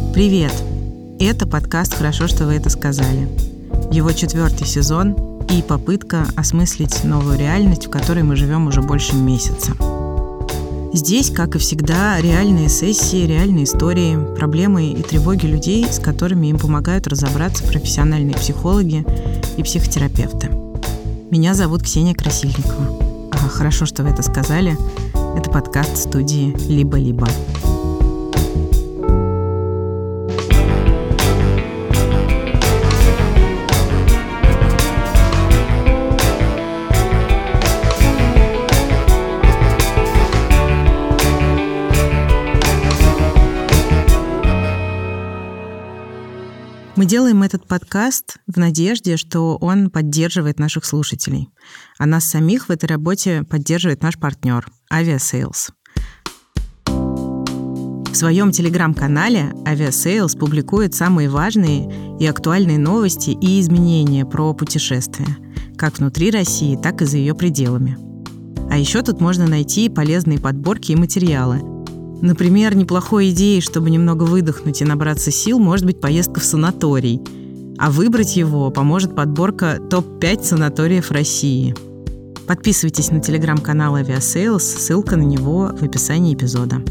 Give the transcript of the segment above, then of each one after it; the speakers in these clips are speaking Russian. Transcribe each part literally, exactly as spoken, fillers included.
Привет! Это подкаст «Хорошо, что вы это сказали». Его четвертый сезон и попытка осмыслить новую реальность, в которой мы живем уже больше месяца. Здесь, как и всегда, реальные сессии, реальные истории, проблемы и тревоги людей, с которыми им помогают разобраться профессиональные психологи и психотерапевты. Меня зовут Ксения Красильникова. А «Хорошо, что вы это сказали» — это подкаст студии «Либо-либо». Мы делаем этот подкаст в надежде, что он поддерживает наших слушателей. А нас самих в этой работе поддерживает наш партнер Aviasales. В своем телеграм-канале Aviasales публикует самые важные и актуальные новости и изменения про путешествия, как внутри России, так и за ее пределами. А еще тут можно найти полезные подборки и материалы. Например, неплохой идеей, чтобы немного выдохнуть и набраться сил, может быть поездка в санаторий. А выбрать его поможет подборка топ пять санаториев России. Подписывайтесь на телеграм-канал Aviasales, ссылка на него в описании эпизода.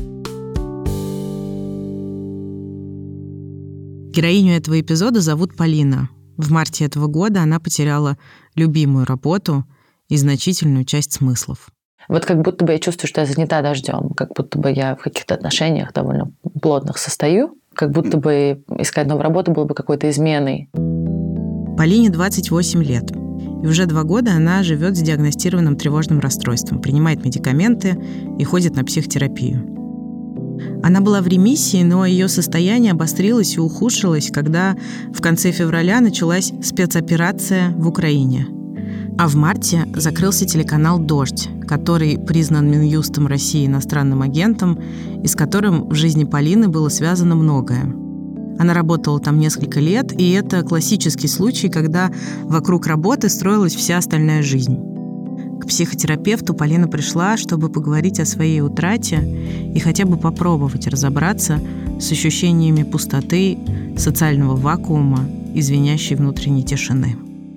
Героиню этого эпизода зовут Полина. В марте этого года она потеряла любимую работу и значительную часть смыслов. Вот как будто бы я чувствую, что я занята дождем, как будто бы я в каких-то отношениях довольно плотных состою, как будто бы искать новую работу было бы какой-то изменой. Полине двадцать восемь лет. И уже два года она живет с диагностированным тревожным расстройством, принимает медикаменты и ходит на психотерапию. Она была в ремиссии, но ее состояние обострилось и ухудшилось, когда в конце февраля началась спецоперация в Украине. А в марте закрылся телеканал «Дождь», который признан Минюстом России иностранным агентом и с которым в жизни Полины было связано многое. Она работала там несколько лет, и это классический случай, когда вокруг работы строилась вся остальная жизнь. К психотерапевту Полина пришла, чтобы поговорить о своей утрате и хотя бы попробовать разобраться с ощущениями пустоты, социального вакуума и звенящей внутренней тишины.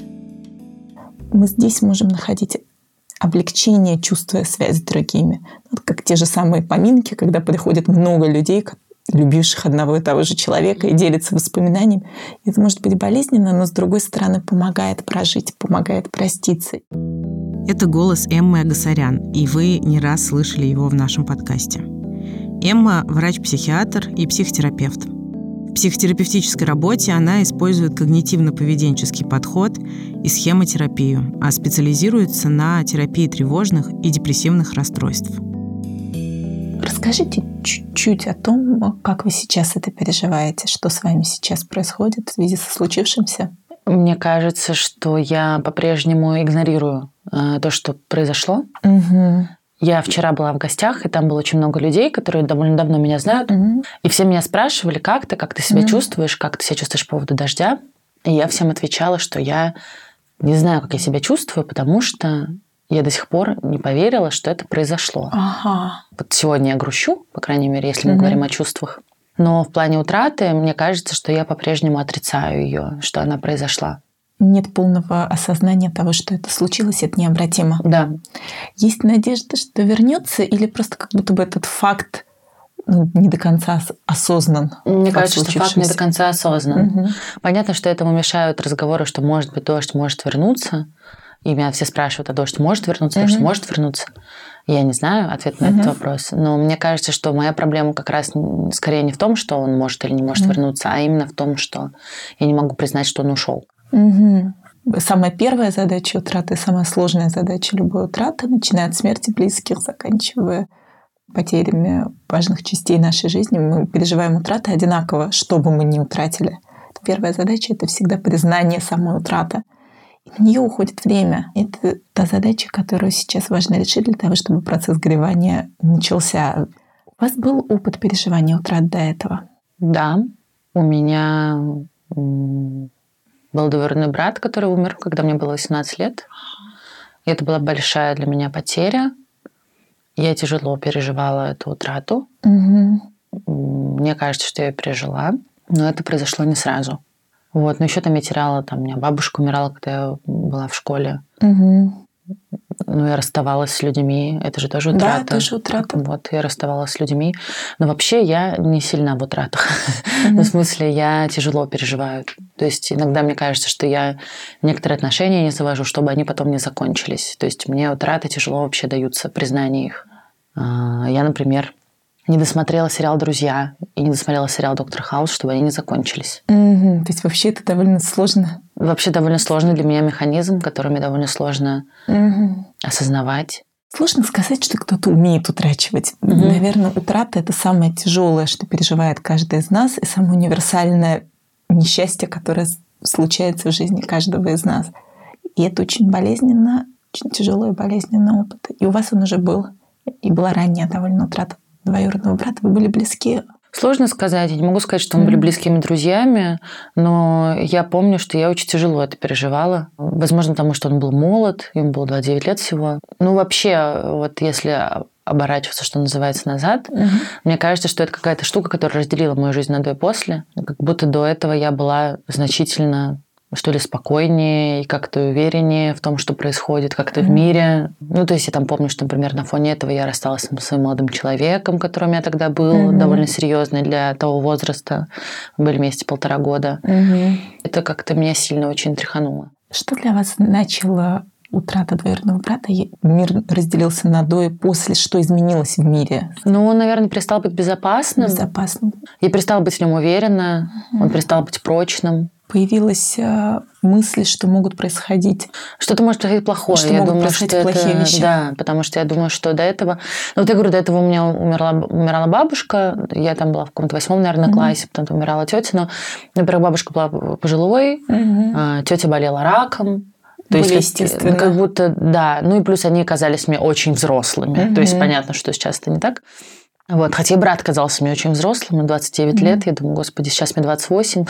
Мы здесь можем находить облегчение, чувствуя связь с другими. Вот как те же самые поминки, когда приходит много людей, любивших одного и того же человека, и делятся воспоминаниями. Это может быть болезненно, но, с другой стороны, помогает прожить, помогает проститься. Это голос Эммы Агасарян, и вы не раз слышали его в нашем подкасте. Эмма – врач-психиатр и психотерапевт. В психотерапевтической работе она использует когнитивно-поведенческий подход и схемотерапию, а специализируется на терапии тревожных и депрессивных расстройств. Расскажите чуть-чуть о том, как вы сейчас это переживаете, что с вами сейчас происходит в связи со случившимся. Мне кажется, что я по-прежнему игнорирую э, то, что произошло. Угу. Я вчера была в гостях, и там было очень много людей, которые довольно давно меня знают. Mm-hmm. И все меня спрашивали, как ты, как ты себя mm-hmm. чувствуешь, как ты себя чувствуешь по поводу дождя. И я всем отвечала, что я не знаю, как я себя чувствую, потому что я до сих пор не поверила, что это произошло. Uh-huh. Вот сегодня я грущу, по крайней мере, если мы mm-hmm. говорим о чувствах. Но в плане утраты, мне кажется, что я по-прежнему отрицаю ее, что она произошла. Нет полного осознания того, что это случилось, это необратимо. Да. Есть надежда, что вернется, или просто как будто бы этот факт ну, не до конца осознан? Мне кажется, что факт не до конца осознан. Угу. Понятно, что этому мешают разговоры, что, может быть, дождь может вернуться. И меня все спрашивают, а дождь может вернуться, угу. дождь может вернуться. Я не знаю ответ на угу. этот вопрос. Но мне кажется, что моя проблема как раз скорее не в том, что он может или не может угу. вернуться, а именно в том, что я не могу признать, что он ушел. Угу. Самая первая задача утраты, самая сложная задача любой утраты, начиная от смерти близких, заканчивая потерями важных частей нашей жизни. Мы переживаем утраты одинаково, что бы мы ни утратили. Первая задача — это всегда признание самой утраты. И на нее уходит время. Это та задача, которую сейчас важно решить для того, чтобы процесс горевания начался. У вас был опыт переживания утрат до этого? Да, у меня был двоюродный брат, который умер, когда мне было восемнадцать лет. И это была большая для меня потеря. Я тяжело переживала эту утрату. Угу. Мне кажется, что я ее пережила. но это произошло не сразу. Вот. Но еще там я теряла, там, у меня бабушка умирала, когда я была в школе. Угу. Ну, я расставалась с людьми, это же тоже утрата. Да, тоже утрата. Вот, я расставалась с людьми. Но вообще я не сильна в утратах. Mm-hmm. Ну, в смысле, я тяжело переживаю. То есть иногда мне кажется, что я некоторые отношения не завожу, чтобы они потом не закончились. То есть мне утраты тяжело вообще даются, признание их. Я, например, не досмотрела сериал «Друзья» и не досмотрела сериал «Доктор Хаус», чтобы они не закончились. Mm-hmm. То есть вообще это довольно сложно. Вообще довольно сложный для меня механизм, который мне довольно сложно mm-hmm. осознавать. Сложно сказать, что кто-то умеет утрачивать. Mm-hmm. Наверное, утрата – это самое тяжелое, что переживает каждый из нас, и самое универсальное несчастье, которое случается в жизни каждого из нас. И это очень болезненно, очень тяжелый и болезненный опыт. И у вас он уже был. И была ранняя довольно утрата двоюродного брата. Вы были близки? Сложно сказать. Я не могу сказать, что мы были близкими друзьями, но я помню, что я очень тяжело это переживала. Возможно, потому что он был молод, ему было двадцать девять лет всего. Ну, вообще, вот если оборачиваться, что называется, назад, угу. мне кажется, что это какая-то штука, которая разделила мою жизнь на до и после. Как будто до этого я была значительно, что ли, спокойнее и как-то увереннее в том, что происходит как-то mm-hmm. в мире. Ну, то есть я там помню, что, например, на фоне этого я рассталась с своим молодым человеком, который у меня тогда был, mm-hmm. довольно серьезный для того возраста. Мы были вместе полтора года. Mm-hmm. Это как-то меня сильно очень тряхануло. Что для вас значила утрата двоюродного брата? Мир разделился на до и после. Что изменилось в мире? Ну, он, наверное, перестал быть безопасным. Безопасным. Я перестала быть в нем уверена. Mm-hmm. Он перестал быть прочным. Появилась э, мысль, что могут происходить... Что-то может происходить плохое. Что я могут думаю, происходить что плохие это, вещи. Да, потому что я думаю, что до этого... Ну, вот я говорю, до этого у меня умерла, умирала бабушка. Я там была в каком-то восьмом, наверное, mm-hmm. классе. Потом умирала тетя. Но, во-первых, бабушка была пожилой. Mm-hmm. А, тетя болела раком. То Были, есть, естественно. Как будто, да. Ну, и плюс они казались мне очень взрослыми. Mm-hmm. То есть, понятно, что сейчас это не так. Вот. Хотя и брат казался мне очень взрослым, ему двадцать девять mm-hmm. лет. Я думаю, господи, сейчас мне двадцать восемь.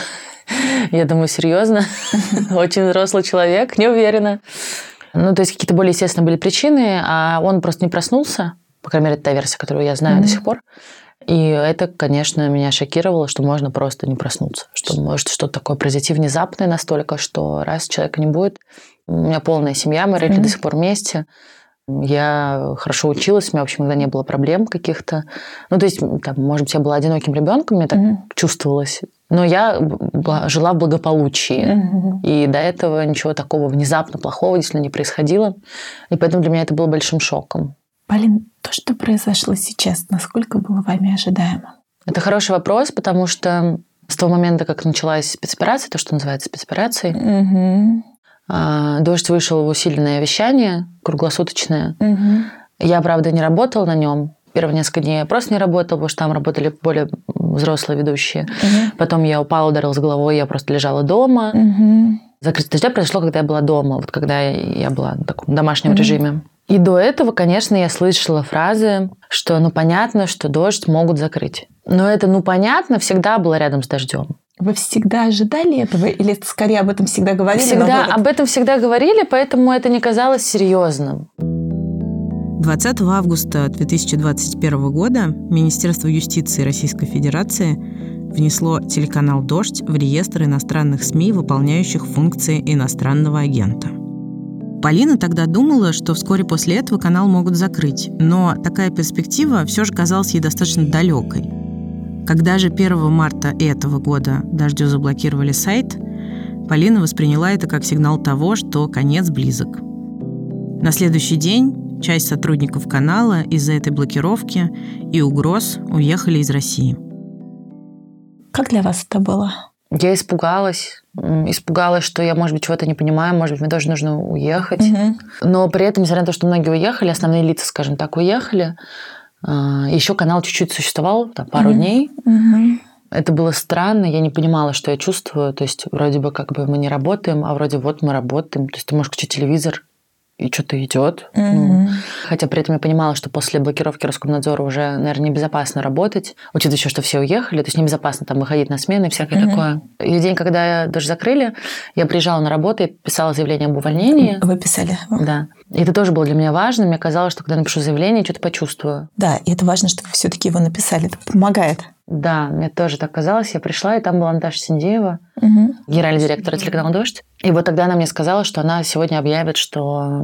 Я думаю, серьезно, очень взрослый человек, не уверена. Ну, то есть какие-то более естественные были причины, а он просто не проснулся. По крайней мере, это та версия, которую я знаю mm-hmm. до сих пор. И это, конечно, меня шокировало, что можно просто не проснуться. Что может что-то такое произойти внезапное настолько, что раз человека не будет. У меня полная семья, мы mm-hmm. до сих пор вместе. Я хорошо училась, у меня, в общем, никогда не было проблем каких-то. Ну, то есть, там, может быть, я была одиноким ребенком, мне так mm-hmm. чувствовалось. Но я жила в благополучии. Mm-hmm. И до этого ничего такого внезапно плохого действительно не происходило. И поэтому для меня это было большим шоком. Полин, то, что произошло сейчас, насколько было вами ожидаемо? Это хороший вопрос, потому что с того момента, как началась спецоперация, то, что называется спецоперацией, mm-hmm. «Дождь» вышел в усиленное вещание, круглосуточное. Mm-hmm. Я, правда, не работала на нем. Первые несколько дней я просто не работала, потому что там работали более взрослые ведущие. Mm-hmm. Потом я упала, ударилась головой, я просто лежала дома. Mm-hmm. Закрытие дождя произошло, когда я была дома, вот когда я была в таком домашнем mm-hmm. режиме. И до этого, конечно, я слышала фразы, что ну понятно, что дождь могут закрыть. Но это ну понятно всегда было рядом с дождем. Вы всегда ожидали этого или скорее об этом всегда говорили? Всегда об этом всегда говорили, поэтому это не казалось серьезным. двадцатого августа две тысячи двадцать первого года Министерство юстиции Российской Федерации внесло телеканал «Дождь» в реестр иностранных СМИ, выполняющих функции иностранного агента. Полина тогда думала, что вскоре после этого канал могут закрыть, но такая перспектива все же казалась ей достаточно далекой. Когда же первого марта этого года «Дождю» заблокировали сайт, Полина восприняла это как сигнал того, что конец близок. На следующий день часть сотрудников канала из-за этой блокировки и угроз уехали из России. Как для вас это было? Я испугалась. Испугалась, что я, может быть, чего-то не понимаю, может быть, мне тоже нужно уехать. Угу. Но при этом, несмотря на то, что многие уехали, основные лица, скажем так, уехали, еще канал чуть-чуть существовал, там, пару угу. дней. Угу. Это было странно, я не понимала, что я чувствую. То есть вроде бы как бы мы не работаем, а вроде вот мы работаем. То есть ты можешь включить телевизор, и что-то идет. Mm-hmm. Ну, хотя при этом я понимала, что после блокировки Роскомнадзора уже, наверное, небезопасно работать, учитывая еще, что все уехали, то есть небезопасно там выходить на смены и всякое mm-hmm. такое. И в день, когда даже закрыли, я приезжала на работу и писала заявление об увольнении. Вы писали? Да. И это тоже было для меня важно. Мне казалось, что когда напишу заявление, что-то почувствую. Да, и это важно, что вы все-таки его написали. Это помогает. Да, мне тоже так казалось. Я пришла, и там была Наташа Синдеева, угу. генеральный директор телеканала «Дождь». И вот тогда она мне сказала, что она сегодня объявит, что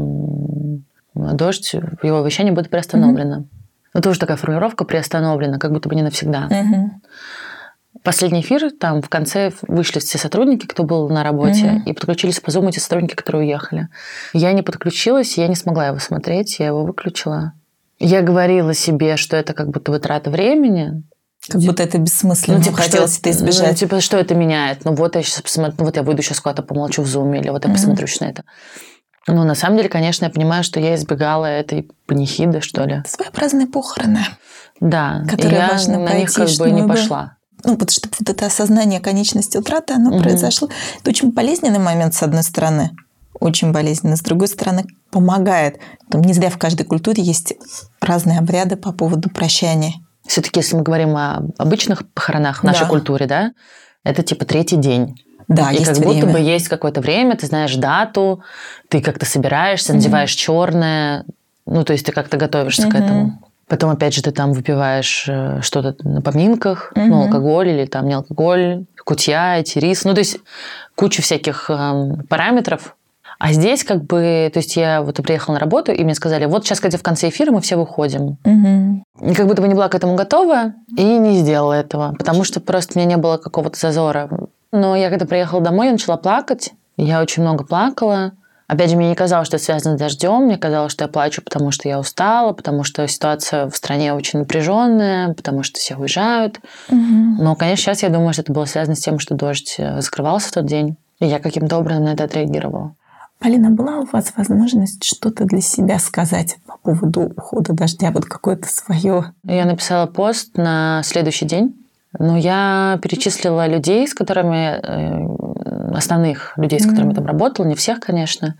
«Дождь», его вещание будет приостановлено. Угу. Ну, тоже такая формулировка «приостановлена», как будто бы не навсегда. Угу. Последний эфир, там в конце вышли все сотрудники, кто был на работе, mm-hmm. и подключились по Zoom те сотрудники, которые уехали. Я не подключилась, я не смогла его смотреть, я его выключила. Я говорила себе, что это как будто бы трата времени. Как будто это бессмысленно, ну, типа, хотелось это избежать. Ну, типа, что это меняет? Ну, вот я сейчас посмотрю, ну, вот я выйду сейчас куда-то помолчу в Zoom, или вот я mm-hmm. посмотрю сейчас на это. Ну, на самом деле, конечно, я понимаю, что я избегала этой панихиды, что ли. Своеобразные похороны. Да, которые я важно на них как бы не пошла. Ну, потому что вот это осознание конечности утраты, оно угу. произошло. Это очень болезненный момент, с одной стороны. Очень болезненный. С другой стороны, помогает. Там не зря в каждой культуре есть разные обряды по поводу прощания. Все-таки, если мы говорим о обычных похоронах в нашей да. культуре, да, это типа третий день. Да, и есть как время. будто бы есть какое-то время, ты знаешь дату, ты как-то собираешься, надеваешь угу. черное, ну, то есть ты как-то готовишься угу. к этому. Потом, опять же, ты там выпиваешь что-то на поминках, угу. ну, алкоголь или там не алкоголь, кутья, эти рис. Ну, то есть куча всяких э, параметров. А здесь как бы... То есть я вот приехала на работу, и мне сказали, вот сейчас, когда в конце эфира мы все выходим. Угу. И как будто бы не была к этому готова, и не сделала этого. Потому что просто у меня не было какого-то зазора. Но я когда приехала домой, я начала плакать. Я очень много плакала. Опять же, мне не казалось, что это связано с дождем. Мне казалось, что я плачу, потому что я устала, потому что ситуация в стране очень напряженная, потому что все уезжают. Угу. Но, конечно, сейчас я думаю, что это было связано с тем, что дождь закрывался в тот день. И я каким-то образом на это отреагировала. Полина, была у вас возможность что-то для себя сказать по поводу ухода дождя? Вот какое-то свое? Я написала пост на следующий день. Но я перечислила людей, с которыми... основных людей, с которыми mm. я там работала, не всех, конечно,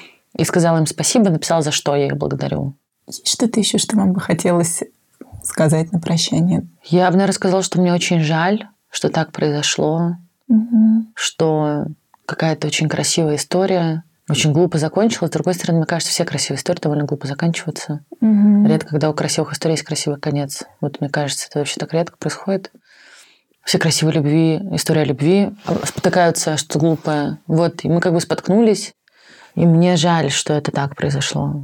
и сказала им спасибо, написала, за что я их благодарю. Есть что-то еще, что вам бы хотелось сказать на прощание? Я бы, наверное, сказала, что мне очень жаль, что так произошло, mm-hmm. что какая-то очень красивая история очень глупо закончилась. С другой стороны, мне кажется, все красивые истории довольно глупо заканчиваются. Mm-hmm. Редко, когда у красивых историй есть красивый конец. Вот, мне кажется, это вообще так редко происходит. Все красивые любви, история любви спотыкаются, что глупое. Вот, и мы как бы споткнулись, и мне жаль, что это так произошло.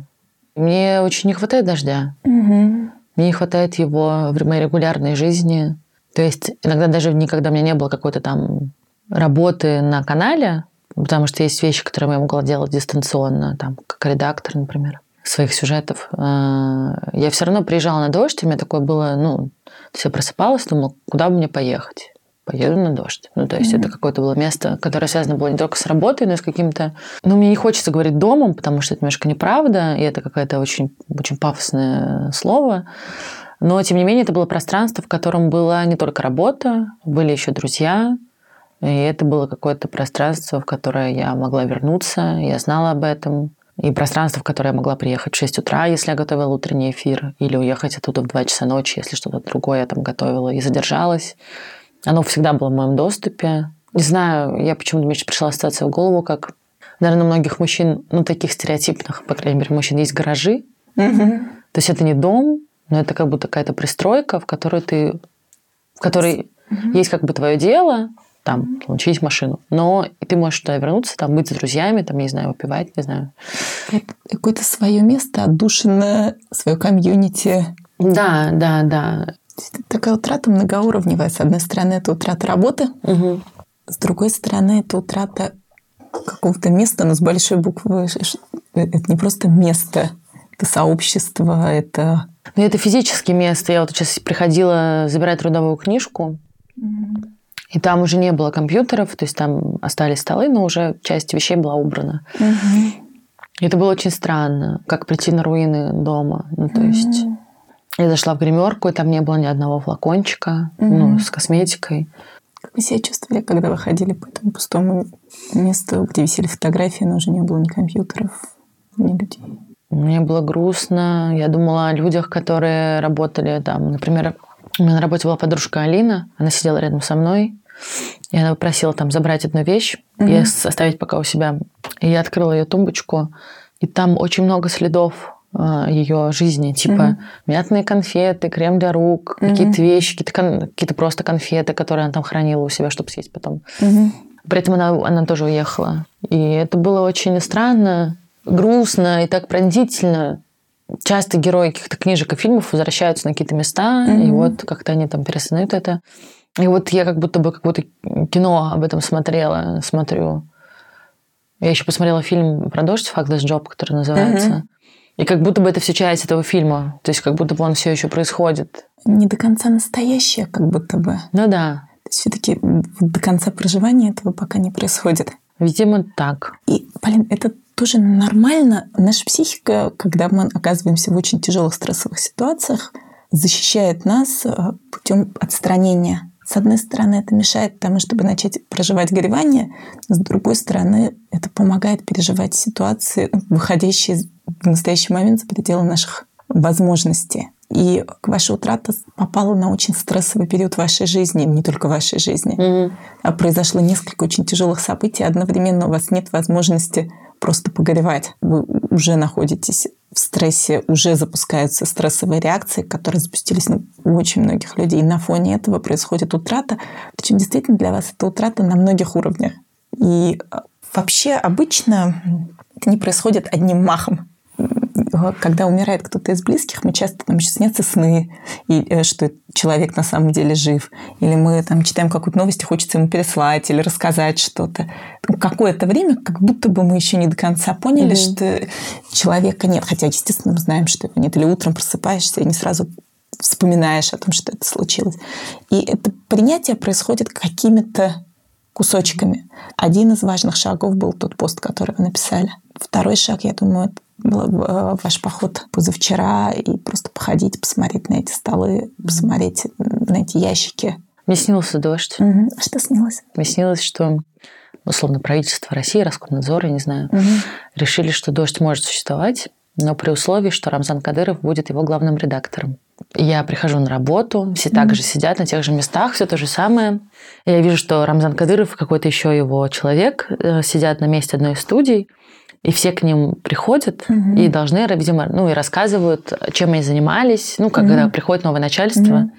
Мне очень не хватает дождя. Угу. Мне не хватает его в моей регулярной жизни. То есть иногда даже никогда у меня не было какой-то там работы на канале, потому что есть вещи, которые я могла делать дистанционно, там, как редактор, например, своих сюжетов. Я все равно приезжала на дождь, и у меня такое было, ну, я просыпалась, думала, куда бы мне поехать? Поеду на дождь. Ну, то есть mm-hmm. это какое-то было место, которое связано было не только с работой, но и с каким-то... Ну, мне не хочется говорить домом, потому что это немножко неправда, и это какое-то очень, очень пафосное слово. Но, тем не менее, это было пространство, в котором была не только работа, были еще друзья, и это было какое-то пространство, в которое я могла вернуться, я знала об этом. И пространство, в которое я могла приехать в шесть утра, если я готовила утренний эфир, или уехать оттуда в два часа ночи, если что-то другое я там готовила и задержалась. Оно всегда было в моем доступе. Не знаю, я почему-то мне пришла ассоциация в голову, как, наверное, у многих мужчин, ну, таких стереотипных, по крайней мере, мужчин, есть гаражи. Mm-hmm. То есть это не дом, но это как будто какая-то пристройка, в которой ты... в которой mm-hmm. есть как бы твое дело, там, получить машину. Но и ты можешь туда вернуться, там, быть с друзьями, там, не знаю, выпивать, не знаю. Это какое-то свое место, отдушинное, свое комьюнити. Да, да, да. Это такая утрата многоуровневая. С одной стороны, это утрата работы, угу. с другой стороны, это утрата какого-то места, но с большой буквы. Это не просто место, это сообщество, это... Ну, это физическое место. Я вот сейчас приходила забирать трудовую книжку, угу. и там уже не было компьютеров, то есть там остались столы, но уже часть вещей была убрана. Угу. И это было очень странно, как прийти на руины дома. Ну, то угу. есть я зашла в гримерку, и там не было ни одного флакончика угу. ну, с косметикой. Как вы себя чувствовали, когда вы ходили по этому пустому месту, где висели фотографии, но уже не было ни компьютеров, ни людей? Мне было грустно. Я думала о людях, которые работали там. Например, у меня на работе была подружка Алина, она сидела рядом со мной, и она попросила там забрать одну вещь mm-hmm. и оставить пока у себя. И я открыла ее тумбочку, и там очень много следов ее жизни, типа mm-hmm. мятные конфеты, крем для рук, mm-hmm. какие-то вещи, какие-то, кон- какие-то просто конфеты, которые она там хранила у себя, чтобы съесть потом. Mm-hmm. При этом она, она тоже уехала. И это было очень странно, грустно и так пронзительно. Часто герои каких-то книжек и фильмов возвращаются на какие-то места, mm-hmm. и вот как-то они там пересознают это. И вот я как будто бы какое-то кино об этом смотрела, смотрю. Я еще посмотрела фильм про дождь, «Fuckless Job», который называется. Mm-hmm. И как будто бы это все часть этого фильма. То есть как будто бы он все еще происходит. Не до конца настоящее, как будто бы. Ну да. То есть все-таки до конца проживания этого пока не происходит. Видимо, так. И, Полин, это тоже нормально. Наша психика, когда мы оказываемся в очень тяжелых стрессовых ситуациях, защищает нас путем отстранения. С одной стороны, это мешает тому, чтобы начать проживать горевание. С другой стороны, это помогает переживать ситуации, выходящие в настоящий момент за пределы наших возможностей. И ваша утрата попала на очень стрессовый период вашей жизни, не только вашей жизни. Mm-hmm. А произошло несколько очень тяжелых событий. Одновременно у вас нет возможности просто погоревать. Вы уже находитесь в стрессе, уже запускаются стрессовые реакции, которые запустились у очень многих людей. И на фоне этого происходит утрата. Причем действительно для вас это утрата на многих уровнях. И вообще обычно это не происходит одним махом. Когда умирает кто-то из близких, мы часто нам еще снятся сны, и, что человек на самом деле жив. Или мы там читаем какую-то новость, и хочется ему переслать или рассказать что-то. Какое-то время как будто бы мы еще не до конца поняли, mm-hmm. что человека нет. Хотя, естественно, мы знаем, что его нет. Или утром просыпаешься и не сразу вспоминаешь о том, что это случилось. И это принятие происходит какими-то кусочками. Один из важных шагов был тот пост, который вы написали. Второй шаг, я думаю, это был ваш поход позавчера, и просто походить, посмотреть на эти столы, посмотреть на эти ящики. Мне снился дождь. Угу. А что снилось? Мне снилось, что, условно, правительство России, Роскомнадзор, я не знаю, угу. решили, что дождь может существовать, но при условии, что Рамзан Кадыров будет его главным редактором. Я прихожу на работу, все mm-hmm. так же сидят на тех же местах, все то же самое. И я вижу, что Рамзан Кадыров, какой-то еще его человек, сидят на месте одной из студий, и все к ним приходят mm-hmm. и должны, видимо, ну, и рассказывают, чем они занимались, ну, когда mm-hmm. приходит новое начальство. Mm-hmm.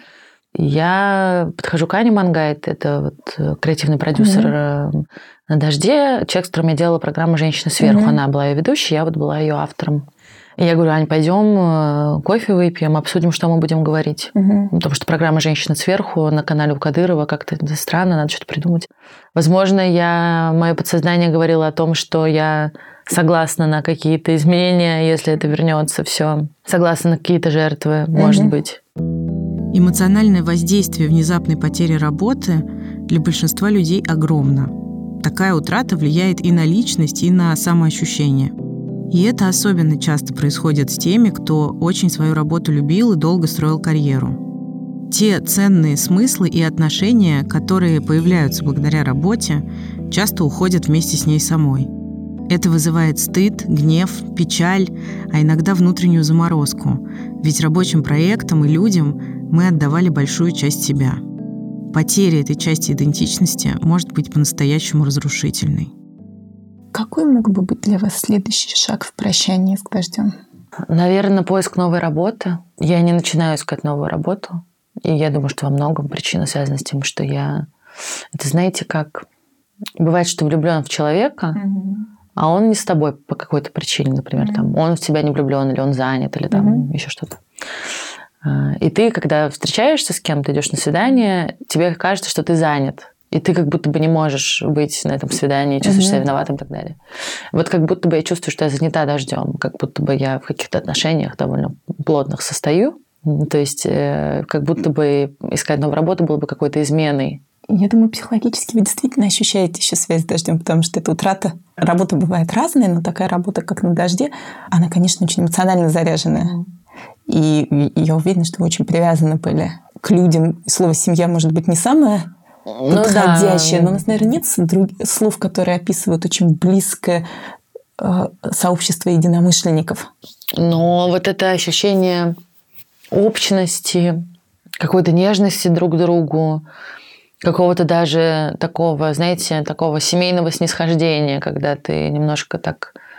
Я подхожу к Ане Мангайт, это вот креативный продюсер mm-hmm. на «Дожде», человек, с которым я делала программу «Женщина сверху». Mm-hmm. Она была ее ведущей, я вот была ее автором. И я говорю: Ань, пойдем кофе выпьем, обсудим, что мы будем говорить. Угу. Потому что программа «Женщина сверху» на канале у Кадырова как-то странно, надо что-то придумать. Возможно, я, мое подсознание говорило о том, что я согласна на какие-то изменения, если это вернется все. Согласна на какие-то жертвы, угу. может быть. Эмоциональное воздействие внезапной потери работы для большинства людей огромно. Такая утрата влияет и на личность, и на самоощущение. И это особенно часто происходит с теми, кто очень свою работу любил и долго строил карьеру. Те ценные смыслы и отношения, которые появляются благодаря работе, часто уходят вместе с ней самой. Это вызывает стыд, гнев, печаль, а иногда внутреннюю заморозку, ведь рабочим проектам и людям мы отдавали большую часть себя. Потеря этой части идентичности может быть по-настоящему разрушительной. Какой мог бы быть для вас следующий шаг в прощании с дождем? Наверное, поиск новой работы. Я не начинаю искать новую работу. И я думаю, что во многом причина связана с тем, что я... Это, знаете, как... Бывает, что влюблен в человека, mm-hmm. а он не с тобой по какой-то причине, например. Mm-hmm. Там, он в тебя не влюблен, или он занят, или там mm-hmm. еще что-то. И ты, когда встречаешься с кем-то, идешь на свидание, тебе кажется, что ты занят. И ты как будто бы не можешь быть на этом свидании, чувствуешь себя виноватым и так далее. Вот как будто бы я чувствую, что я занята дождем, как будто бы я в каких-то отношениях довольно плотных состою. То есть как будто бы искать новую работу было бы какой-то изменой. Я думаю, психологически вы действительно ощущаете еще связь с дождем, потому что это утрата. Работа бывает разная, но такая работа, как на дожде, она, конечно, очень эмоционально заряженная. И я уверена, что вы очень привязаны были к людям. Слово «семья» может быть не самое... Ну, подходящее. Да. Но у нас, наверное, нет слов, которые описывают очень близкое э, сообщество единомышленников. Но вот это ощущение общности, какой-то нежности друг к другу, какого-то даже такого, знаете, такого семейного снисхождения, когда ты немножко так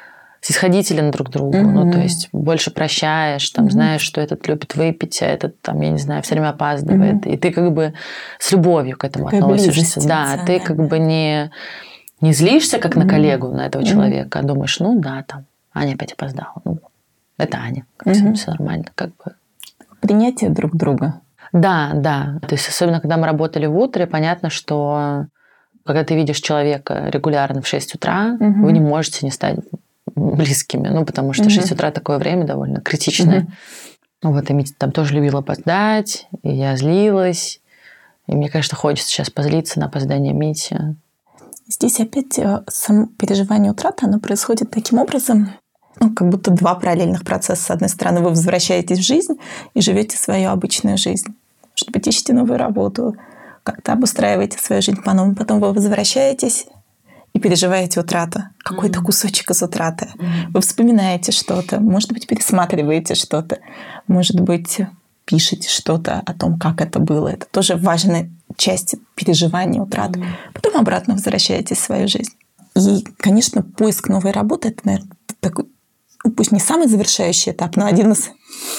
снисходителен друг к другу. Mm-hmm. Ну, то есть больше прощаешь, там, mm-hmm. знаешь, что этот любит выпить, а этот, там, я не знаю, все время опаздывает. Mm-hmm. И ты как бы с любовью к этому Такая относишься. Да, ты как бы не, не злишься, как mm-hmm. на коллегу, на этого mm-hmm. человека, а думаешь, ну да, там, Аня опять опоздала. Ну, это Аня. Mm-hmm. Все нормально. Как бы. Принятие друг друга. Да, да. То есть особенно, когда мы работали в утре, понятно, что когда ты видишь человека регулярно в шесть утра, угу. вы не можете не стать близкими, ну, потому что угу. шесть утра такое время довольно критичное. Угу. Вот, и Митя там тоже любила опоздать, и я злилась. И мне, конечно, хочется сейчас позлиться на опоздание Мити. Здесь опять само переживание утраты, оно происходит таким образом, ну, как будто два параллельных процесса. С одной стороны, вы возвращаетесь в жизнь и живете свою обычную жизнь. Может быть, ищете новую работу, как-то обустраиваете свою жизнь по-новому. Потом вы возвращаетесь и переживаете утрату. Какой-то mm-hmm. кусочек из утраты. Mm-hmm. Вы вспоминаете что-то, может быть, пересматриваете что-то, может быть, пишете что-то о том, как это было. Это тоже важная часть переживания утраты. Mm-hmm. Потом обратно возвращаетесь в свою жизнь. И, конечно, поиск новой работы – это, наверное, такой, пусть не самый завершающий этап, но один из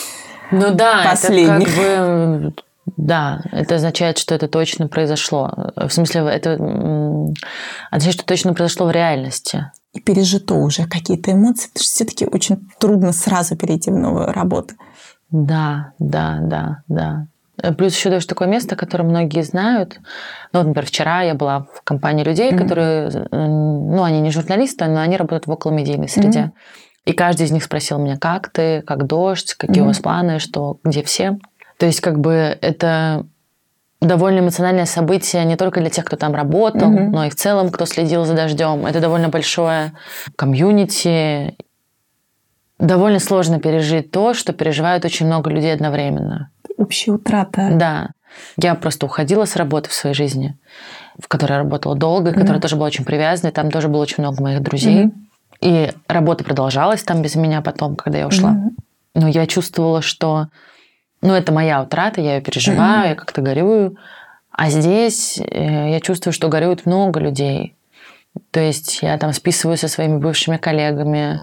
ну да, последних. Это как бы... Да, это означает, что это точно произошло. В смысле, это означает, что точно произошло в реальности. И пережито уже какие-то эмоции, потому что все-таки очень трудно сразу перейти в новую работу. Да, да, да, да. Плюс еще даже такое место, которое многие знают. Ну, вот, например, вчера я была в компании людей, mm-hmm. которые, ну, они не журналисты, но они работают в околомедийной среде. Mm-hmm. И каждый из них спросил меня, как ты, как дождь, какие mm-hmm. у вас планы, что, где все. То есть, как бы, это довольно эмоциональное событие не только для тех, кто там работал, mm-hmm. но и в целом, кто следил за дождем. Это довольно большое комьюнити. Довольно сложно пережить то, что переживают очень много людей одновременно. Общая утрата. Да. Я просто уходила с работы в своей жизни, в которой я работала долго, mm-hmm. которая тоже была очень привязана, и там тоже было очень много моих друзей. Mm-hmm. И работа продолжалась там без меня потом, когда я ушла. Mm-hmm. Но я чувствовала, что ну, это моя утрата, я ее переживаю, mm-hmm. я как-то горюю. А здесь я чувствую, что горюет много людей. То есть я там списываюсь со своими бывшими коллегами,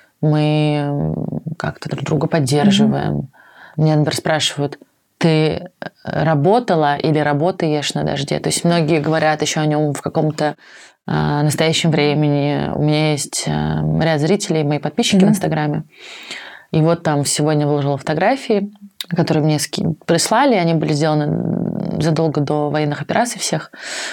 мы как-то друг друга поддерживаем. Mm-hmm. Меня, например, спрашивают, ты работала или работаешь на дожде? То есть многие говорят еще о нем в каком-то э, настоящем времени. У меня есть э, ряд зрителей, мои подписчики mm-hmm. в Инстаграме. И вот там сегодня выложила фотографии, которые мне прислали, они были сделаны задолго до военных операций всех.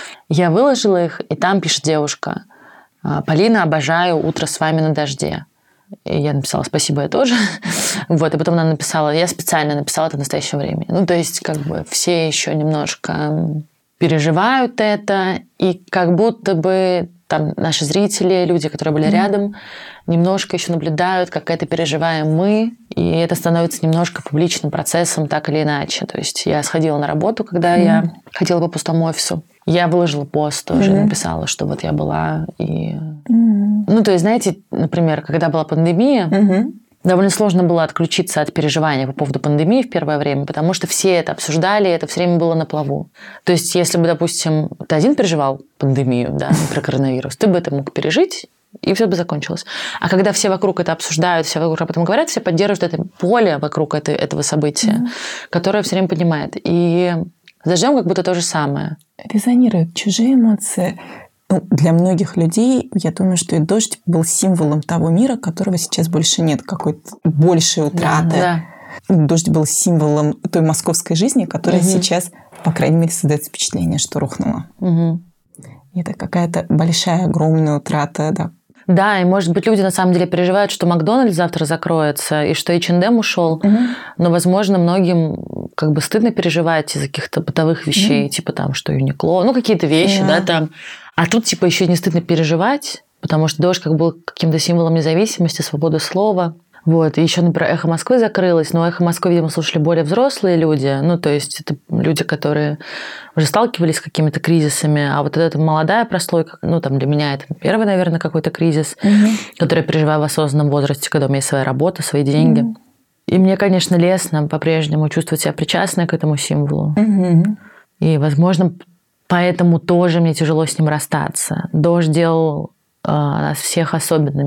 Я выложила их, и там пишет девушка: «Полина, обожаю утро с вами на дожде». И я написала: «Спасибо, я тоже». Вот, и потом она написала: «Я специально написала это в настоящем времени». Ну, то есть, как бы все еще немножко переживают это, и как будто бы там наши зрители, люди, которые были mm-hmm. рядом, немножко еще наблюдают, как это переживаем мы, и это становится немножко публичным процессом, так или иначе. То есть я сходила на работу, когда mm-hmm. я ходила по пустому офису. Я выложила пост тоже, mm-hmm. написала, что вот я была. И... Mm-hmm. Ну, то есть, знаете, например, когда была пандемия, mm-hmm. довольно сложно было отключиться от переживания по поводу пандемии в первое время, потому что все это обсуждали, и это все время было на плаву. То есть, если бы, допустим, ты один переживал пандемию, да, про коронавирус, ты бы это мог пережить, и все бы закончилось. А когда все вокруг это обсуждают, все вокруг об этом говорят, все поддерживают это поле вокруг это, этого события, mm-hmm. которое все время поднимает. И с дождем как будто то же самое. Резонируют чужие эмоции. Ну, для многих людей, я думаю, что и дождь был символом того мира, которого сейчас больше нет, какой-то большей утраты. Да, да. Дождь был символом той московской жизни, которая угу. сейчас, по крайней мере, создает впечатление, что рухнула. Угу. Это какая-то большая, огромная утрата, да. Да, и, может быть, люди на самом деле переживают, что Макдональдс завтра закроется, и что эйч энд эм ушел. Угу. Но, возможно, многим как бы стыдно переживать из-за каких-то бытовых вещей, угу. типа там, что Юникло, ну, какие-то вещи, да, да там. А тут, типа, еще не стыдно переживать, потому что дождь как был каким-то символом независимости, свободы слова. Вот. И еще, например, «Эхо Москвы» закрылось, но «Эхо Москвы», видимо, слушали более взрослые люди. Ну, то есть это люди, которые уже сталкивались с какими-то кризисами. А вот эта молодая прослойка, ну, там для меня это первый, наверное, какой-то кризис, угу. который я переживаю в осознанном возрасте, когда у меня есть своя работа, свои деньги. Угу. И мне, конечно, лестно по-прежнему чувствовать себя причастной к этому символу. Угу. И, возможно, поэтому тоже мне тяжело с ним расстаться. Дождь делал э, нас всех особенными.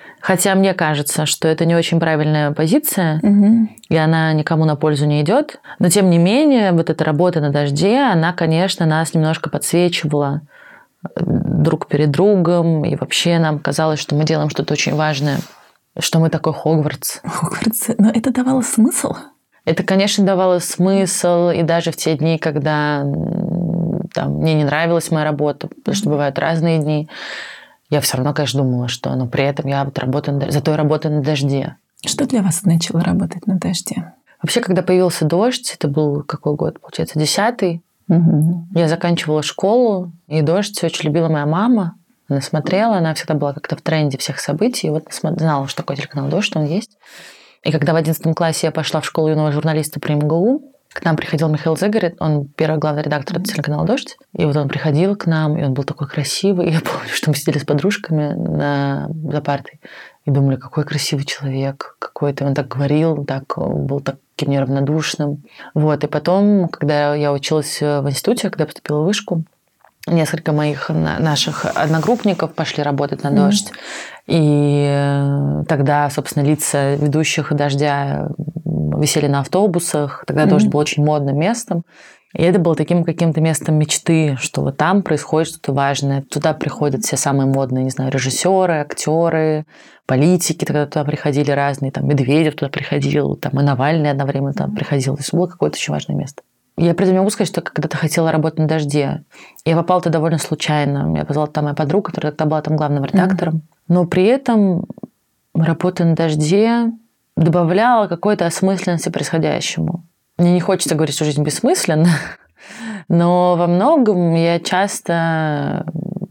Хотя мне кажется, что это не очень правильная позиция, Угу. и она никому на пользу не идет. Но, тем не менее, вот эта работа на дожде, она, конечно, нас немножко подсвечивала друг перед другом, и вообще нам казалось, что мы делаем что-то очень важное, что мы такой Хогвартс. Хогвартс. Но это давало смысл? Это, конечно, давало смысл, и даже в те дни, когда там, мне не нравилась моя работа, потому что бывают разные дни, я все равно, конечно, думала, что но при этом я вот работаю на, зато я работаю на дожде. Что для вас значило работать на дожде? Вообще, когда появился дождь, это был какой год, получается, десятый, Угу. я заканчивала школу, и дождь очень любила моя мама. Она смотрела, она всегда была как-то в тренде всех событий, и вот знала, что такое телеканал «Дождь», что он есть. И когда в одиннадцатом классе я пошла в школу юного журналиста при эм гэ у, к нам приходил Михаил Зыгорь, он первый главный редактор телеканала «Дождь». И вот он приходил к нам, и он был такой красивый. И я помню, что мы сидели с подружками на, за партой и думали, какой красивый человек, какой-то. Он так говорил, так, был таким неравнодушным. Вот. И потом, когда я училась в институте, когда я поступила в вышку, несколько моих наших одногруппников пошли работать на «Дождь». Mm-hmm. И тогда, собственно, лица ведущих «Дождя» висели на автобусах. Тогда mm-hmm. «Дождь» был очень модным местом. И это было таким каким-то местом мечты, что вот там происходит что-то важное. Туда приходят все самые модные, не знаю, режиссеры, актеры, политики. Тогда туда приходили разные. Там Медведев туда приходил, там и Навальный одновременно туда приходил. То есть было какое-то очень важное место. Я при этом не могу сказать, что я когда-то хотела работать на «Дожде». Я попала туда довольно случайно. Меня позвала там моя подруга, которая тогда была там главным редактором. Mm-hmm. Но при этом работа на «Дожде» добавляла какой-то осмысленности происходящему. Мне не хочется говорить, что жизнь бессмысленна, но во многом я часто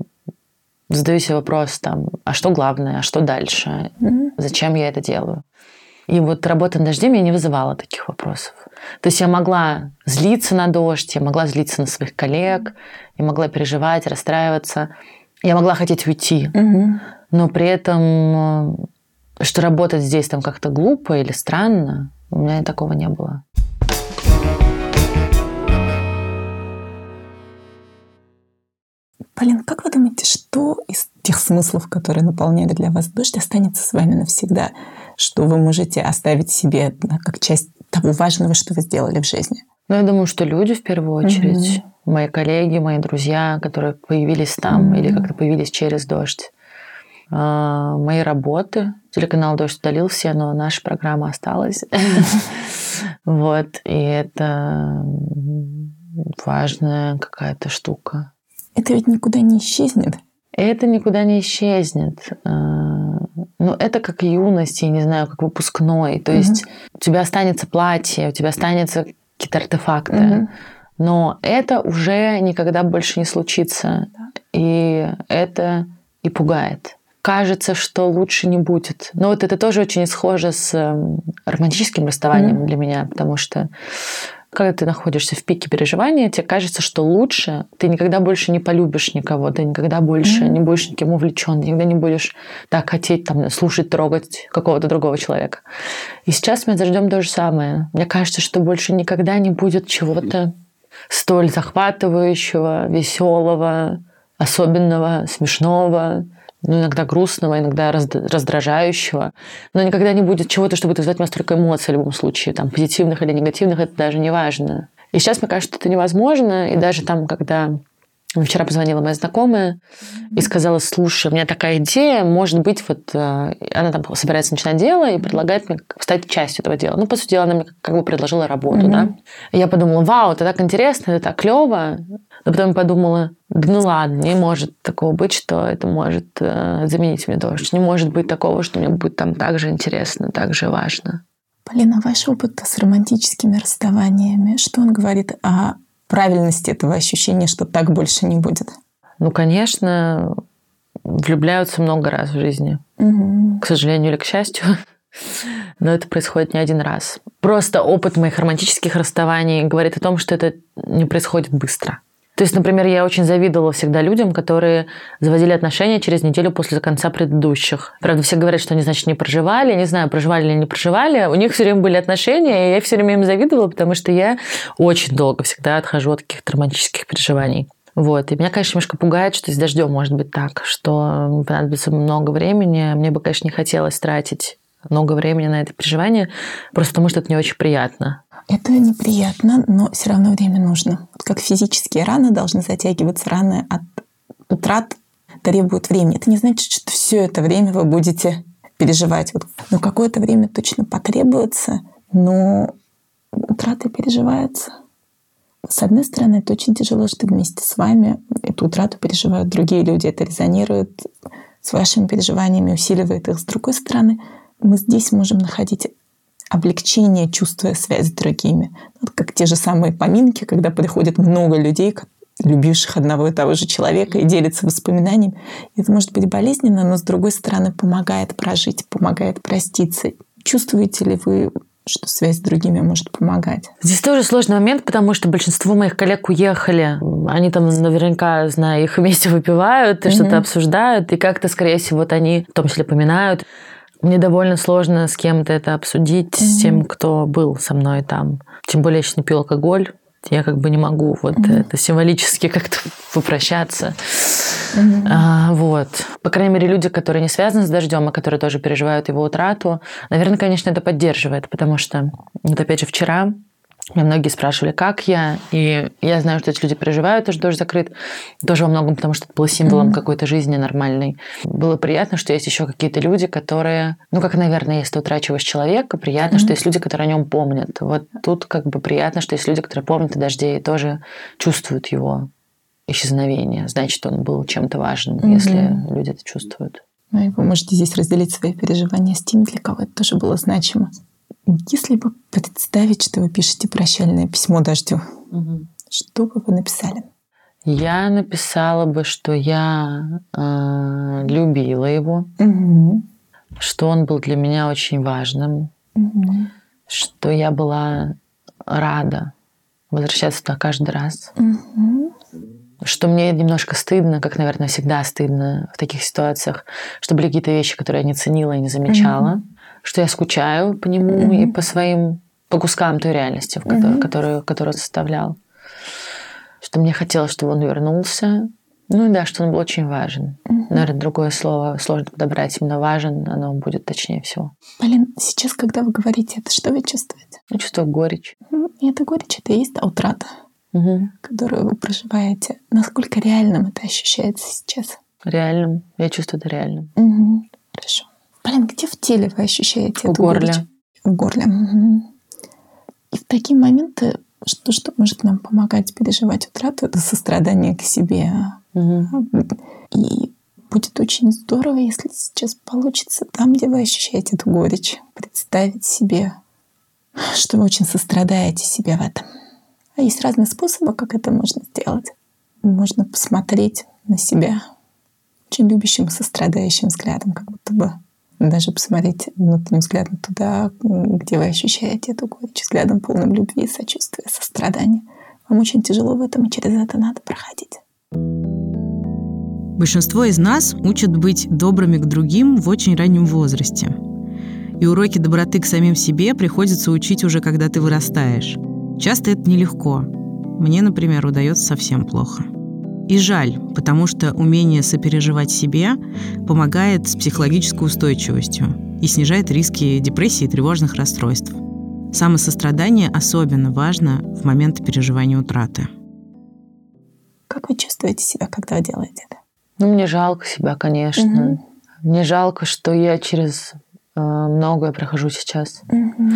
задаю себе вопрос, там, а что главное, а что дальше, mm-hmm. зачем я это делаю. И вот работа на «Дожде» меня не вызывала таких вопросов. То есть я могла злиться на «Дождь», я могла злиться на своих коллег, я могла переживать, расстраиваться, я могла хотеть уйти. Mm-hmm. Но при этом, что работать здесь там как-то глупо или странно, у меня такого не было. Полин, как вы думаете, что из тех смыслов, которые наполняли для вас «Дождь», останется с вами навсегда? Что вы можете оставить себе, да, как часть того важного, что вы сделали в жизни? Ну, я думаю, что люди в первую очередь, mm-hmm. мои коллеги, мои друзья, которые появились там mm-hmm. или как-то появились через «Дождь». Мои работы. Телеканал «Дождь» удалил все, но наша программа осталась. Вот. И это важная какая-то штука. Это ведь никуда не исчезнет. Это никуда не исчезнет. Ну, это как юность, я не знаю, как выпускной. То есть у тебя останется платье, у тебя останется какие-то артефакты. Но это уже никогда больше не случится. И это и пугает. Кажется, что лучше не будет. Но вот это тоже очень схоже с романтическим расставанием mm-hmm. для меня, потому что когда ты находишься в пике переживания, тебе кажется, что лучше, ты никогда больше не полюбишь никого, ты никогда больше mm-hmm. не будешь никем увлечен, никогда не будешь так хотеть там, слушать, трогать какого-то другого человека. И сейчас мы заждем то же самое. Мне кажется, что больше никогда не будет чего-то столь захватывающего, веселого, особенного, смешного, ну, иногда грустного, иногда раздражающего, но никогда не будет чего-то, что будет вызывать у нас только эмоции в любом случае, там, позитивных или негативных, это даже не важно. И сейчас мне кажется, что это невозможно, и даже там, когда вчера позвонила моя знакомая и сказала, слушай, у меня такая идея, может быть, вот она там собирается начинать дело и предлагает мне стать частью этого дела. Ну, по сути дела, она мне как бы предложила работу, mm-hmm. да. И я подумала, вау, это так интересно, это так клево. Но потом я подумала, ну ладно, не может такого быть, что это может э, заменить мне «Дождь». Не может быть такого, что мне будет там так же интересно, так же важно. Полина, ваш опыт с романтическими расставаниями, что он говорит о правильности этого ощущения, что так больше не будет? Ну, конечно, влюбляются много раз в жизни. Угу. К сожалению или к счастью. Но это происходит не один раз. Просто опыт моих романтических расставаний говорит о том, что это не происходит быстро. То есть, например, я очень завидовала всегда людям, которые заводили отношения через неделю после конца предыдущих. Правда, все говорят, что они, значит, не проживали. Не знаю, проживали или не проживали. У них все время были отношения, и я все время им завидовала, потому что я очень долго всегда отхожу от каких-то романтических переживаний. Вот. И меня, конечно, немножко пугает, что с дождем может быть так, что понадобится много времени. Мне бы, конечно, не хотелось тратить много времени на это переживание, просто потому что это не очень приятно. Это неприятно, но все равно время нужно. Вот как физические раны должны затягиваться, раны от утрат требуют времени. Это не значит, что все это время вы будете переживать. Вот. Но какое-то время точно потребуется, но утраты переживаются. С одной стороны, это очень тяжело, что вместе с вами эту утрату переживают другие люди. Это резонирует с вашими переживаниями, усиливает их. С другой стороны, мы здесь можем находить облегчение, чувствуя связь с другими. Вот как те же самые поминки, когда приходит много людей, любивших одного и того же человека, и делятся воспоминаниями. Это может быть болезненно, но, с другой стороны, помогает прожить, помогает проститься. Чувствуете ли вы, что связь с другими может помогать? Здесь тоже сложный момент, потому что большинство моих коллег уехали. Они там наверняка, знаю, их вместе выпивают и mm-hmm. что-то обсуждают, и как-то, скорее всего, вот они в том числе поминают. Мне довольно сложно с кем-то это обсудить, mm-hmm. с тем, кто был со мной там. Тем более, я сейчас не пью алкоголь. Я как бы не могу вот mm-hmm. это символически как-то попрощаться. Mm-hmm. А, вот. По крайней мере, люди, которые не связаны с дождем, и которые тоже переживают его утрату, наверное, конечно, это поддерживает, потому что, вот опять же, вчера меня многие спрашивали, как я, и я знаю, что эти люди переживают, то, что дождь закрыт, тоже во многом, потому что это было символом mm-hmm. какой-то жизни нормальной. Было приятно, что есть еще какие-то люди, которые, ну, как, наверное, если ты утрачиваешь человека, приятно, mm-hmm. что есть люди, которые о нем помнят. Вот тут как бы приятно, что есть люди, которые помнят о дожде и тоже чувствуют его исчезновение. Значит, он был чем-то важным, mm-hmm. если люди это чувствуют. Ну, и вы можете здесь разделить свои переживания с теми, для кого это тоже было значимо. Если бы представить, что вы пишете прощальное письмо дождю, угу. что бы вы написали? Я написала бы, что я э, любила его, угу. что он был для меня очень важным, угу. что я была рада возвращаться туда каждый раз, угу. что мне немножко стыдно, как, наверное, всегда стыдно в таких ситуациях, что были какие-то вещи, которые я не ценила и не замечала. Угу. Что я скучаю по нему mm-hmm. и по своим, по кускам той реальности, в которой, mm-hmm. которую, которую он составлял. Что мне хотелось, чтобы он вернулся. Ну и да, что он был очень важен. Mm-hmm. Наверное, другое слово сложно подобрать. Именно важен, оно будет точнее всего. Полин, сейчас, когда вы говорите это, что вы чувствуете? Я чувствую горечь. И эта горечь, это и есть та утрата, mm-hmm. которую вы проживаете. Насколько реальным это ощущается сейчас? Реальным. Я чувствую это реальным. Mm-hmm. Хорошо. Блин, где в теле вы ощущаете в эту горле. горечь? В горле. Угу. И в такие моменты, что, что может нам помогать переживать утрату, это сострадание к себе. Угу. И будет очень здорово, если сейчас получится там, где вы ощущаете эту горечь, представить себе, что вы очень сострадаете себе в этом. А есть разные способы, как это можно сделать. Можно посмотреть на себя очень любящим, сострадающим взглядом, как будто бы даже посмотреть внутренним взглядом туда, где вы ощущаете эту горечь, взглядом полным любви, сочувствия, сострадания. Вам очень тяжело в этом, и через это надо проходить. Большинство из нас учат быть добрыми к другим в очень раннем возрасте. И уроки доброты к самим себе приходится учить уже, когда ты вырастаешь. Часто это нелегко. Мне, например, удается совсем плохо. И жаль, потому что умение сопереживать себе помогает с психологической устойчивостью и снижает риски депрессии и тревожных расстройств. Самосострадание особенно важно в момент переживания утраты. Как вы чувствуете себя, когда вы делаете это? Ну, мне жалко себя, конечно. Угу. Мне жалко, что я через э, многое прохожу сейчас. Угу.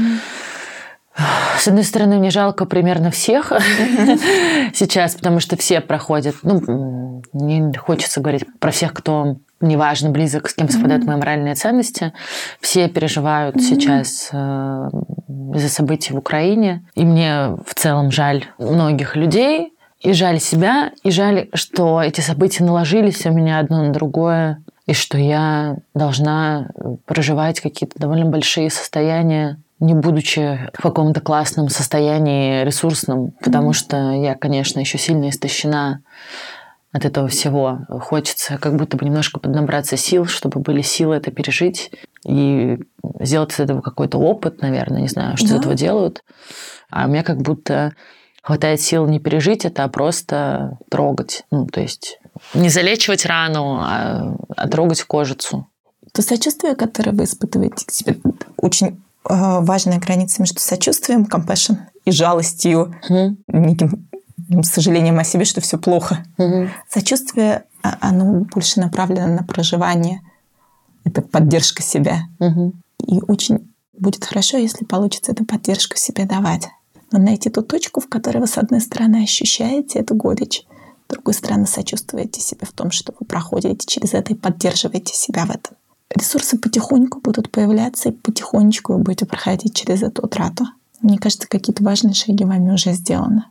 С одной стороны, мне жалко примерно всех сейчас, потому что все проходят. Ну, не хочется говорить про всех, кто неважно, близок, с кем совпадают мои моральные ценности. Все переживают сейчас э, из-за событий в Украине. И мне в целом жаль многих людей. И жаль себя, и жаль, что эти события наложились у меня одно на другое, и что я должна проживать какие-то довольно большие состояния, не будучи в каком-то классном состоянии ресурсном, потому mm-hmm. что я, конечно, еще сильно истощена от этого всего. Хочется как будто бы немножко поднабраться сил, чтобы были силы это пережить и сделать из этого какой-то опыт, наверное, не знаю, что yeah. из этого делают. А у меня как будто хватает сил не пережить это, а просто трогать. Ну, то есть не залечивать рану, а, а трогать кожицу. То сожаление, которое вы испытываете к себе, очень э, важная граница между сочувствием, compassion, и жалостью, mm-hmm. неким сожалением о себе, что все плохо. Mm-hmm. Сочувствие, оно больше направлено на проживание. Это поддержка себя. Mm-hmm. И очень будет хорошо, если получится эту поддержку себе давать. Но найти ту точку, в которой вы, с одной стороны, ощущаете эту горечь, с другой стороны, сочувствуете себе в том, что вы проходите через это и поддерживаете себя в этом. Ресурсы потихоньку будут появляться, и потихонечку вы будете проходить через эту утрату. Мне кажется, какие-то важные шаги вами уже сделаны.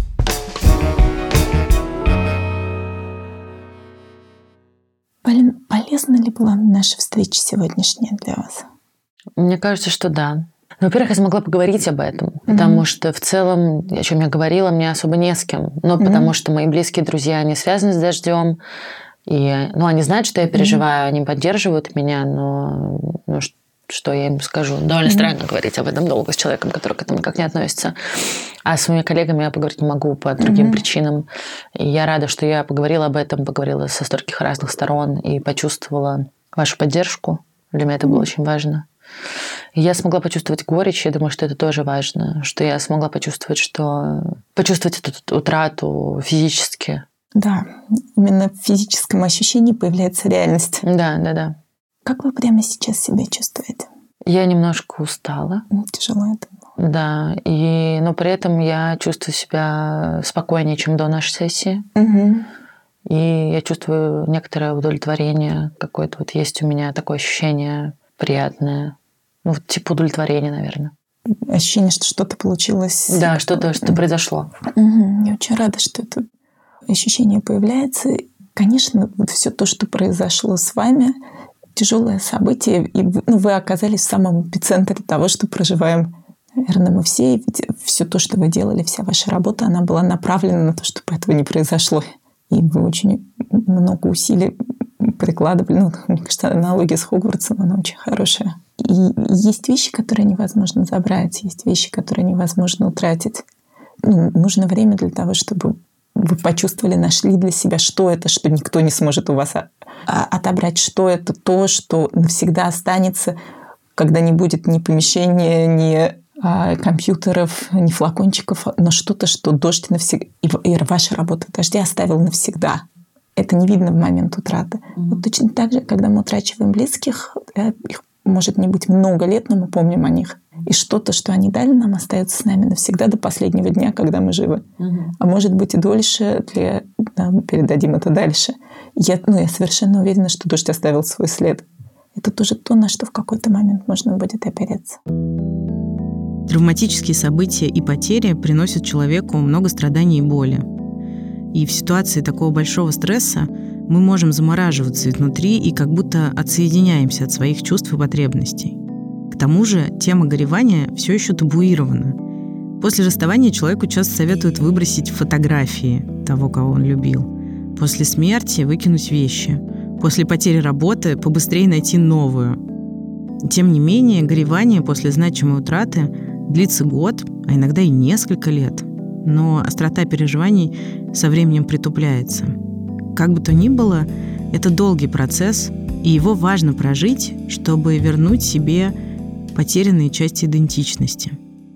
Полин, полезна ли была наша встреча сегодняшняя для вас? Мне кажется, что да. Ну, во-первых, я смогла поговорить об этом, mm-hmm. потому что в целом, о чем я говорила, мне особо не с кем. Но mm-hmm. потому что мои близкие друзья, они связаны с дождем. И, ну, они знают, что я переживаю, mm-hmm. они поддерживают меня, но ну, что я им скажу? Довольно mm-hmm. странно говорить об этом долго с человеком, который к этому никак не относится. А с моими коллегами я поговорить не могу по другим mm-hmm. причинам. И я рада, что я поговорила об этом, поговорила со стольких разных сторон и почувствовала вашу поддержку. Для меня это было mm-hmm. очень важно. И я смогла почувствовать горечь, я думаю, что это тоже важно, что я смогла почувствовать, что... почувствовать эту утрату физически. Да, именно в физическом ощущении появляется реальность. Да, да, да. Как вы прямо сейчас себя чувствуете? Я немножко устала. Тяжело это было. Да, и, но при этом я чувствую себя спокойнее, чем до нашей сессии. Угу. И я чувствую некоторое удовлетворение. Какое-то вот есть у меня такое ощущение приятное. Ну, типа удовлетворения, наверное. Ощущение, что что-то получилось. Да, что-то, что произошло. Угу. Я очень рада, что это ощущение появляется. Конечно, вот все то, что произошло с вами, тяжелое событие, и ну, вы оказались в самом эпицентре того, что проживаем, наверное, мы все. Ведь все то, что вы делали, вся ваша работа, она была направлена на то, чтобы этого не произошло. И вы очень много усилий прикладывали. Ну, мне кажется, аналогия с Хогвартсом, она очень хорошая. И есть вещи, которые невозможно забрать, есть вещи, которые невозможно утратить. Ну, нужно время для того, чтобы вы почувствовали, нашли для себя, что это, что никто не сможет у вас отобрать, что это то, что навсегда останется, когда не будет ни помещения, ни компьютеров, ни флакончиков, но что-то, что дождь навсегда, и ваша работа в дожде оставила навсегда. Это не видно в момент утраты. Mm-hmm. Вот точно так же, когда мы утрачиваем близких, их может не быть много лет, но мы помним о них. И что-то, что они дали нам, остается с нами навсегда до последнего дня, когда мы живы. Mm-hmm. А может быть и дольше, для... да, мы передадим это дальше. Я, ну, я совершенно уверена, что дождь оставил свой след. Это тоже то, на что в какой-то момент можно будет опереться. Травматические события и потери приносят человеку много страданий и боли. И в ситуации такого большого стресса мы можем замораживаться изнутри и как будто отсоединяемся от своих чувств и потребностей. К тому же тема горевания все еще табуирована. После расставания человеку часто советуют выбросить фотографии того, кого он любил. После смерти выкинуть вещи. После потери работы побыстрее найти новую. Тем не менее, горевание после значимой утраты длится год, а иногда и несколько лет. Но острота переживаний со временем притупляется. Как бы то ни было, это долгий процесс, и его важно прожить, чтобы вернуть себе потерянные части идентичности.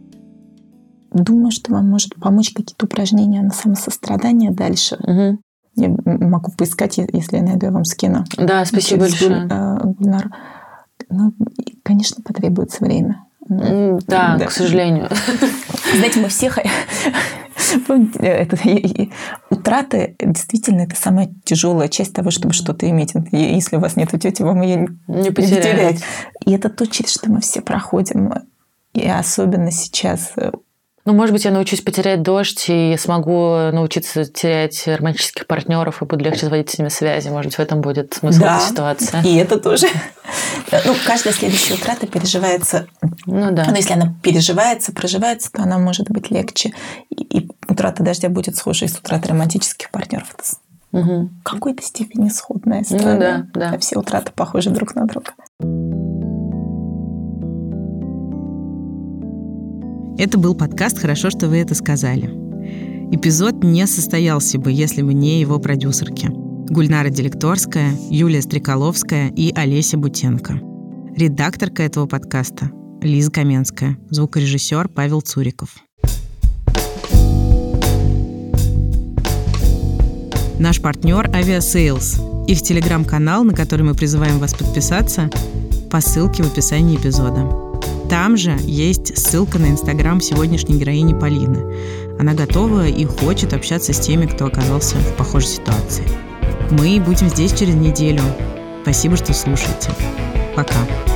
Думаю, что вам может помочь какие-то упражнения на самосострадание дальше. Угу. Я могу поискать, если я найду, я вам скину. Да, спасибо большое. Гульнар. Ну, конечно, потребуется время. Да, да, к сожалению. Знаете, мы все... Помните, это, утраты действительно это самая тяжелая часть того, чтобы что-то иметь. Если у вас нет тети, вам ее не потерять. И это то, через что мы все проходим. И особенно сейчас... Ну, может быть, я научусь потерять дождь и смогу научиться терять романтических партнеров и буду легче заводить с ними связи. Может быть, в этом будет смысл да, этой ситуации. И это тоже. Ну, каждая следующая утрата переживается. Ну да. Но если она переживается, проживается, то она может быть легче. И, и утрата дождя будет схожа с утратой романтических партнеров. Это угу. в какой-то степени сходная история. Ну, да, да. А все утраты похожи друг на друга. Это был подкаст «Хорошо, что вы это сказали». Эпизод не состоялся бы, если бы не его продюсерки. Гульнара Делекторская, Юлия Стрекаловская и Олеся Бутенко. Редакторка этого подкаста Лиза Каменская. Звукорежиссер Павел Цуриков. Наш партнер Авиасейлс. Их телеграм-канал, на который мы призываем вас подписаться, по ссылке в описании эпизода. Там же есть ссылка на инстаграм сегодняшней героини Полины. Она готова и хочет общаться с теми, кто оказался в похожей ситуации. Мы будем здесь через неделю. Спасибо, что слушаете. Пока.